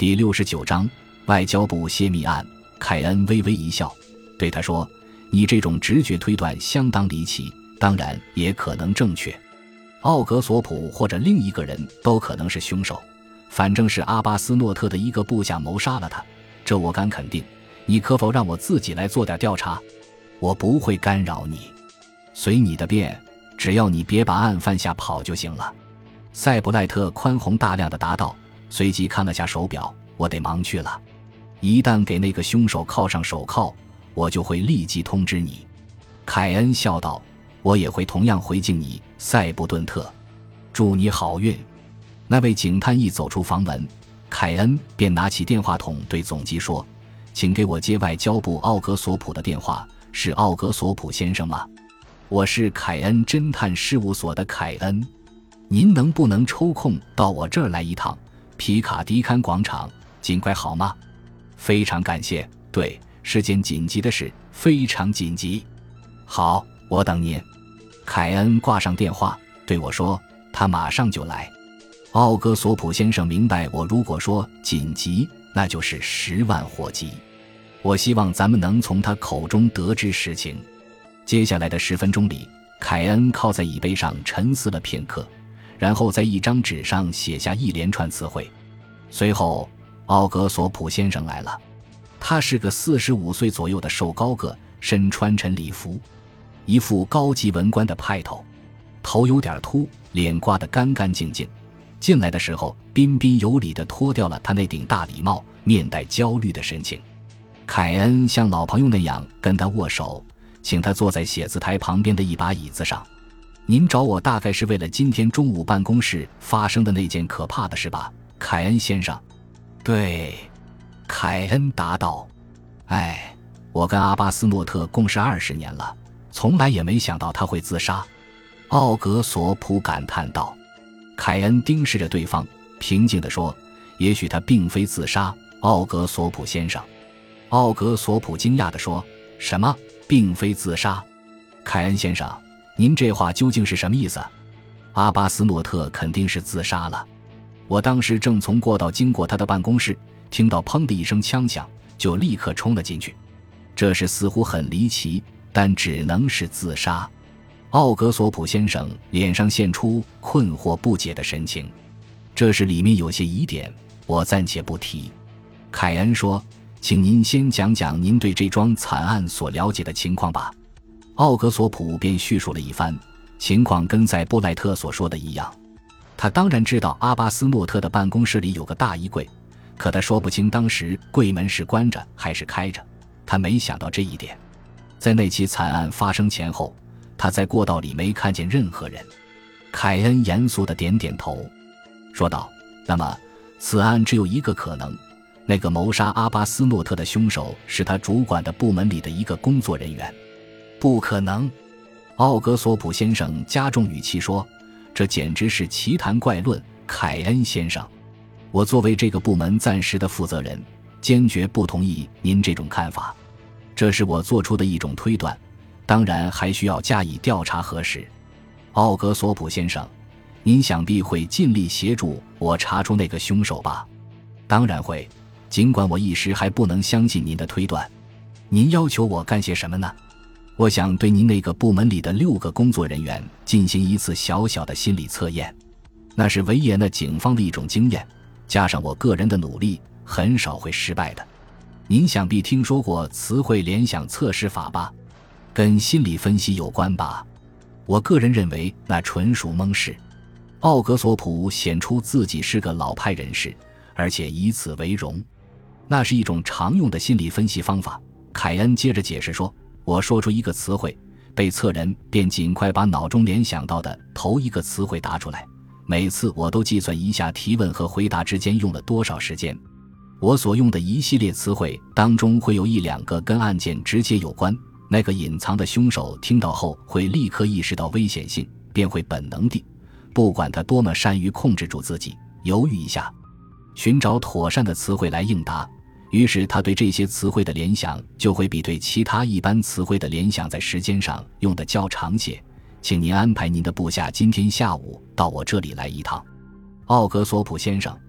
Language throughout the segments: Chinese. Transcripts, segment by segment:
第69章外交部泄密案。凯恩微微一笑，对他说：你这种直觉推断相当离奇，当然也可能正确。奥格索普或者另一个人都可能是凶手，反正是阿巴斯诺特的一个部下谋杀了他，这我敢肯定。你可否让我自己来做点调查？我不会干扰你，随你的便，只要你别把案犯下跑就行了。塞布赖特宽宏大量地答道，随即看了下手表，我得忙去了。一旦给那个凶手铐上手铐，我就会立即通知你。凯恩笑道，我也会同样回敬你，塞布顿特。祝你好运。那位警探一走出房门，凯恩便拿起电话筒对总机说，请给我接外交部奥格索普的电话，是奥格索普先生吗？我是凯恩侦探事务所的凯恩，您能不能抽空到我这儿来一趟，皮卡迪坎广场，尽快好吗？非常感谢，对，是件紧急的事，非常紧急。好，我等您。凯恩挂上电话，对我说，他马上就来。奥格索普先生明白，我如果说紧急，那就是10万火急。我希望咱们能从他口中得知实情。接下来的10分钟里，凯恩靠在椅背上沉思了片刻，然后在一张纸上写下一连串词汇。随后奥格索普先生来了，他是个45岁左右的瘦高个，身穿晨礼服，一副高级文官的派头，头有点秃，脸刮得干干净净。进来的时候彬彬有礼地脱掉了他那顶大礼帽，面带焦虑的神情。凯恩像老朋友那样跟他握手，请他坐在写字台旁边的一把椅子上。您找我大概是为了今天中午办公室发生的那件可怕的事吧，凯恩先生？对，凯恩答道。我跟阿巴斯诺特共事20年了，从来也没想到他会自杀。奥格索普感叹道。凯恩盯视着对方，平静地说，也许他并非自杀，奥格索普先生。奥格索普惊讶地说，什么？并非自杀？凯恩先生，您这话究竟是什么意思？阿巴斯诺特肯定是自杀了。我当时正从过道经过他的办公室，听到砰的一声枪响，就立刻冲了进去。这事似乎很离奇，但只能是自杀。奥格索普先生脸上现出困惑不解的神情。这事里面有些疑点，我暂且不提。凯恩说，请您先讲讲您对这桩惨案所了解的情况吧。奥格索普便叙述了一番，情况跟在布莱特所说的一样。他当然知道阿巴斯诺特的办公室里有个大衣柜，可他说不清当时柜门是关着还是开着，他没想到这一点。在那起惨案发生前后，他在过道里没看见任何人。凯恩严肃地点点头，说道，那么此案只有一个可能，那个谋杀阿巴斯诺特的凶手是他主管的部门里的一个工作人员。不可能，奥格索普先生加重语气说，这简直是奇谈怪论，凯恩先生，我作为这个部门暂时的负责人，坚决不同意您这种看法。这是我做出的一种推断，当然还需要加以调查核实。奥格索普先生，您想必会尽力协助我查出那个凶手吧？当然会，尽管我一时还不能相信您的推断。您要求我干些什么呢？我想对您那个部门里的6个工作人员进行一次小小的心理测验，那是维也纳警方的一种经验，加上我个人的努力，很少会失败的。您想必听说过词汇联想测试法吧？跟心理分析有关吧？我个人认为那纯属蒙事。奥格索普显出自己是个老派人士，而且以此为荣。那是一种常用的心理分析方法。凯恩接着解释说，我说出一个词汇，被测人便尽快把脑中联想到的头一个词汇答出来。每次我都计算一下提问和回答之间用了多少时间。我所用的一系列词汇当中会有1-2个跟案件直接有关，那个隐藏的凶手听到后会立刻意识到危险性，便会本能地，不管他多么善于控制住自己，犹豫一下，寻找妥善的词汇来应答。于是他对这些词汇的联想就会比对其他一般词汇的联想在时间上用的较长些。请您安排您的部下今天下午到我这里来一趟。奥格索普先生，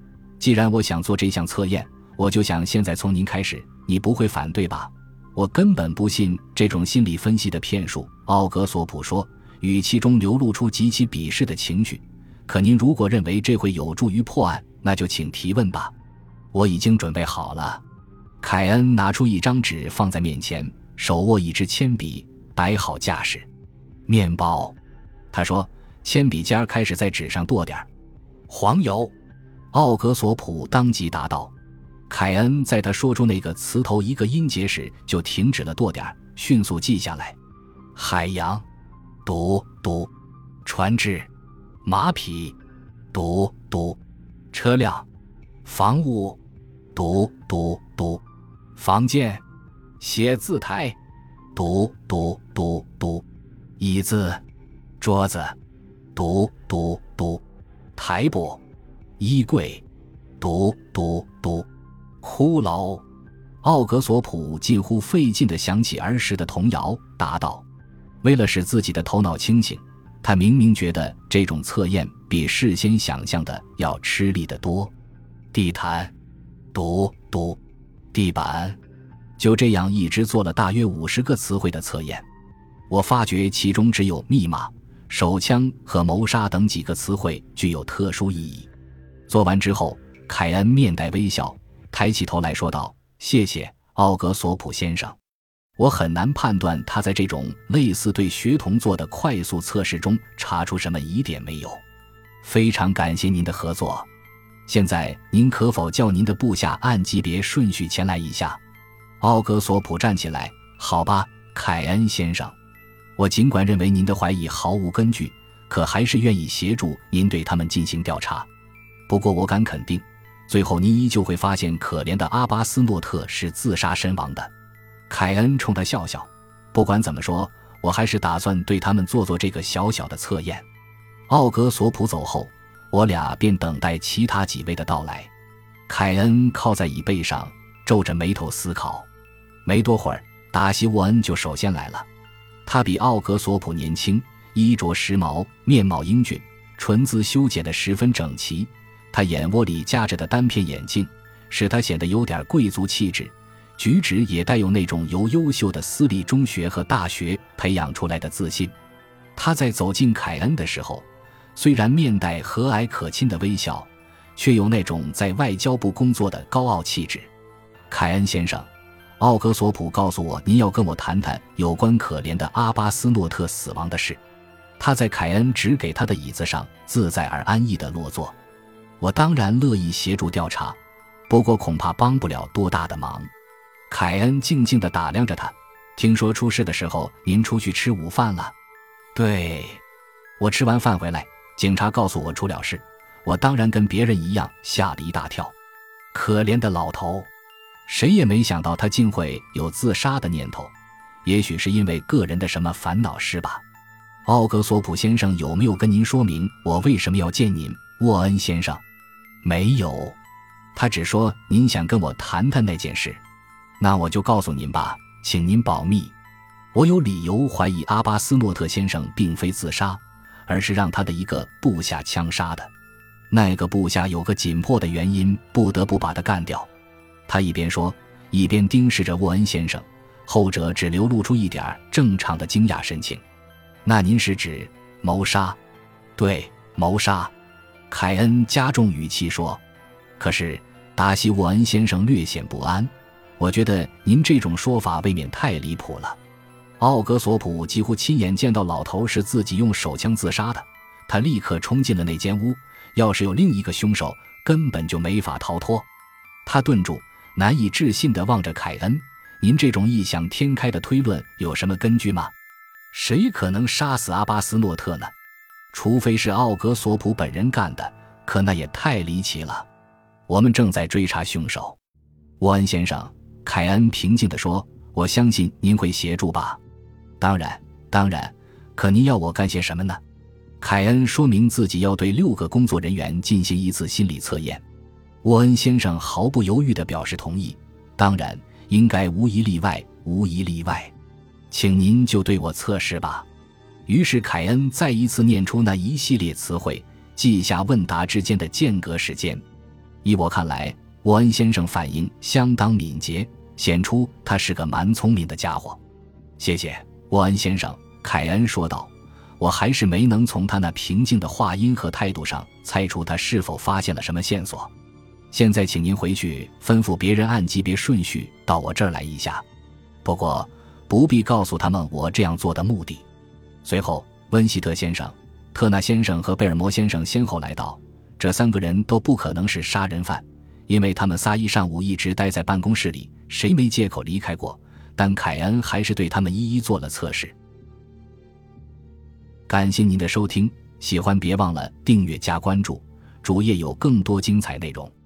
既然我想做这项测验，我就想现在从您开始，你不会反对吧？我根本不信这种心理分析的骗术。奥格索普说，语气中流露出极其鄙视的情绪。可您如果认为这会有助于破案，那就请提问吧。我已经准备好了。凯恩拿出一张纸放在面前，手握一支铅笔，摆好架势。面包，他说，铅笔尖开始在纸上剁点。黄油，奥格索普当即答道。凯恩在他说出那个词头一个音节时就停止了剁点，迅速记下来。海洋，读，船只，马匹，读，车辆，房屋，读，房间，写字台，读，椅子，桌子，读，台布，衣柜，读，骷髅。奥格索普近乎费劲地想起儿时的童谣，答道。为了使自己的头脑清醒，他明明觉得这种测验比事先想象的要吃力得多。地毯，读，地板。就这样一直做了大约50个词汇的测验。我发觉其中只有密码、手枪和谋杀等几个词汇具有特殊意义。做完之后，凯恩面带微笑，抬起头来说道，谢谢，奥格索普先生。我很难判断他在这种类似对学童做的快速测试中查出什么疑点没有。非常感谢您的合作。现在您可否叫您的部下按级别顺序前来一下？奥格索普站起来，好吧，凯恩先生。我尽管认为您的怀疑毫无根据，可还是愿意协助您对他们进行调查。不过我敢肯定，最后您依旧会发现可怜的阿巴斯诺特是自杀身亡的。凯恩冲他笑笑，不管怎么说，我还是打算对他们做这个小小的测验。奥格索普走后，我俩便等待其他几位的到来。凯恩靠在椅背上，皱着眉头思考。没多会儿，达西沃恩就首先来了。他比奥格索普年轻，衣着时髦，面貌英俊，唇姿修剪得十分整齐。他眼窝里夹着的单片眼镜使他显得有点贵族气质，举止也带有那种由优秀的私立中学和大学培养出来的自信。他在走近凯恩的时候，虽然面带和蔼可亲的微笑，却有那种在外交部工作的高傲气质。凯恩先生，奥格索普告诉我您要跟我谈谈有关可怜的阿巴斯诺特死亡的事。他在凯恩指给他的椅子上自在而安逸地落座。我当然乐意协助调查，不过恐怕帮不了多大的忙。凯恩静静地打量着他，听说出事的时候您出去吃午饭了？对，我吃完饭回来，警察告诉我出了事，我当然跟别人一样吓了一大跳。可怜的老头，谁也没想到他竟会有自杀的念头，也许是因为个人的什么烦恼事吧。奥格索普先生有没有跟您说明我为什么要见您？沃恩先生，没有，他只说您想跟我谈谈那件事。那我就告诉您吧，请您保密。我有理由怀疑阿巴斯诺特先生并非自杀，而是让他的一个部下枪杀的。那个部下有个紧迫的原因，不得不把他干掉。他一边说，一边盯视着沃恩先生，后者只流露出一点正常的惊讶神情。那您是指谋杀？对，谋杀。凯恩加重语气说。可是达西沃恩先生略显不安，我觉得您这种说法未免太离谱了。奥格索普几乎亲眼见到老头是自己用手枪自杀的，他立刻冲进了那间屋，要是有另一个凶手，根本就没法逃脱。他顿住，难以置信地望着凯恩，您这种异想天开的推论有什么根据吗？谁可能杀死阿巴斯诺特呢？除非是奥格索普本人干的，可那也太离奇了。我们正在追查凶手。沃恩先生，凯恩平静地说，我相信您会协助吧。当然，可您要我干些什么呢？凯恩说明自己要对6个工作人员进行一次心理测验。沃恩先生毫不犹豫地表示同意，当然，应该无一例外，无一例外。请您就对我测试吧。于是凯恩再一次念出那一系列词汇，记下问答之间的间隔时间。 依我看来，沃恩先生反应相当敏捷，显出他是个蛮聪明的家伙。谢谢，沃恩先生，凯恩说道。我还是没能从他那平静的话音和态度上猜出他是否发现了什么线索。现在请您回去吩咐别人按级别顺序到我这儿来一下，不过不必告诉他们我这样做的目的。随后，温希特先生、特纳先生和贝尔摩先生先后来到。这3个人都不可能是杀人犯，因为他们仨一上午一直待在办公室里，谁没借口离开过，但凯恩还是对他们一一做了测试。感谢您的收听，喜欢别忘了订阅加关注，主页有更多精彩内容。